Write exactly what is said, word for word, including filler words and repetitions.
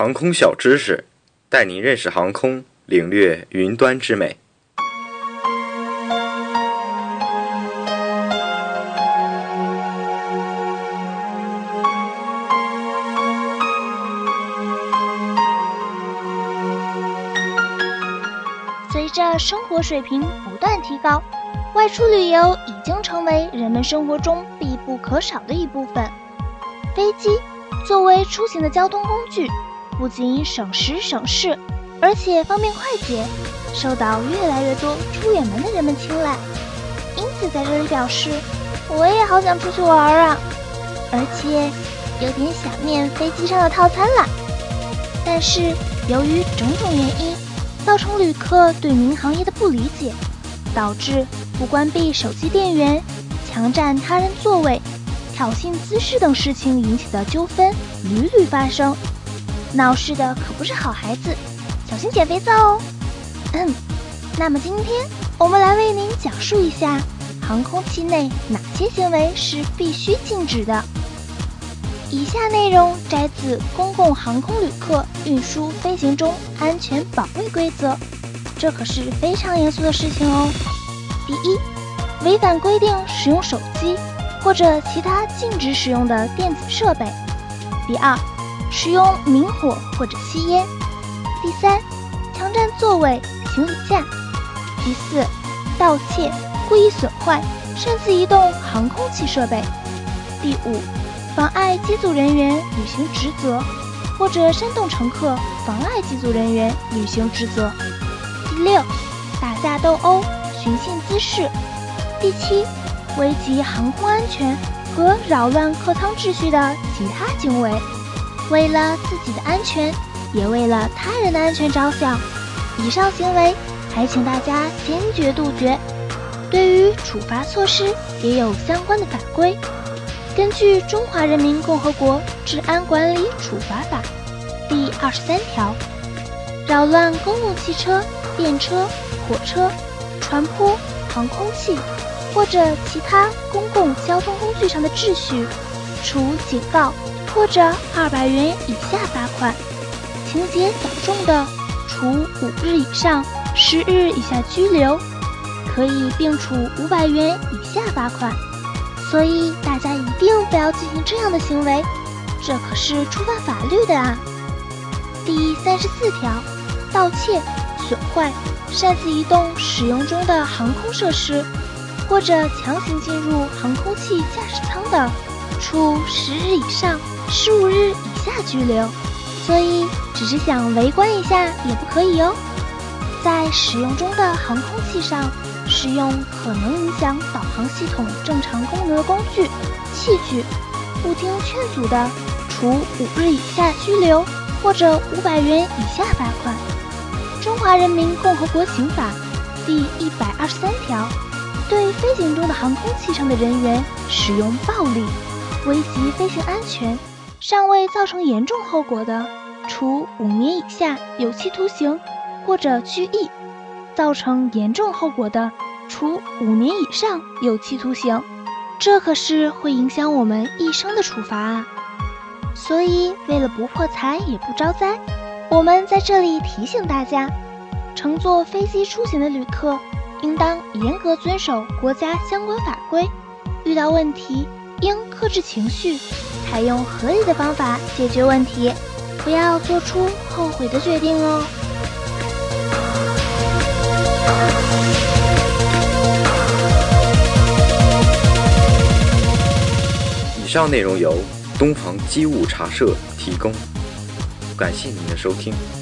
航空小知识，带您认识航空，领略云端之美。 随着生活水平不断提高，外出旅游已经成为人们生活中必不可少的一部分。飞机作为出行的交通工具，不仅省时省事，而且方便快捷，受到越来越多出远门的人们青睐。因此在这里表示，我也好想出去玩啊，而且有点想念飞机上的套餐啦。但是由于种种原因，造成旅客对民航业的不理解，导致不关闭手机电源、强占他人座位、挑衅滋事等事情引起的纠纷屡屡发生。闹事的可不是好孩子，小心捡肥皂哦。嗯，那么今天我们来为您讲述一下航空器内哪些行为是必须禁止的。以下内容摘自《公共航空旅客运输飞行中安全保卫规则》，这可是非常严肃的事情哦。第一，违反规定使用手机或者其他禁止使用的电子设备。第二，使用明火或者吸烟。第三，强占座位、行李架。第四，盗窃、故意损坏擅自移动航空器设备。第五，妨碍机组人员履行职责，或者煽动乘客妨碍机组人员履行职责。第六，打架斗殴、寻衅滋事。第七，危及航空安全和扰乱客舱秩序的其他行为。为了自己的安全，也为了他人的安全着想，以上行为还请大家坚决杜绝。对于处罚措施也有相关的法规。根据《中华人民共和国治安管理处罚法》第二十三条，扰乱公共汽车、电车、火车、船舶、航空器或者其他公共交通工具上的秩序，处警告或者二百元以下罚款；情节较重的，处五日以上十日以下拘留，可以并处五百元以下罚款。所以大家一定不要进行这样的行为，这可是触犯法律的啊！第三十四条，盗窃、损坏、擅自移动使用中的航空设施，或者强行进入航空器驾驶舱的，处十日以上十五日以下拘留。所以只是想围观一下也不可以哦。在使用中的航空器上使用可能影响导航系统正常功能的工具、器具，不听劝阻的，处五日以下拘留或者五百元以下罚款。中华人民共和国刑法第一百二十三条，对飞行中的航空器上的人员使用暴力，危及飞行安全，尚未造成严重后果的，处五年以下有期徒刑或者拘役；造成严重后果的，处五年以上有期徒刑。这可是会影响我们一生的处罚啊！所以为了不破财也不招灾，我们在这里提醒大家，乘坐飞机出行的旅客应当严格遵守国家相关法规，遇到问题应克制情绪，采用合理的方法解决问题，不要做出后悔的决定哦。 以上内容由东方机务茶社提供，感谢您的收听。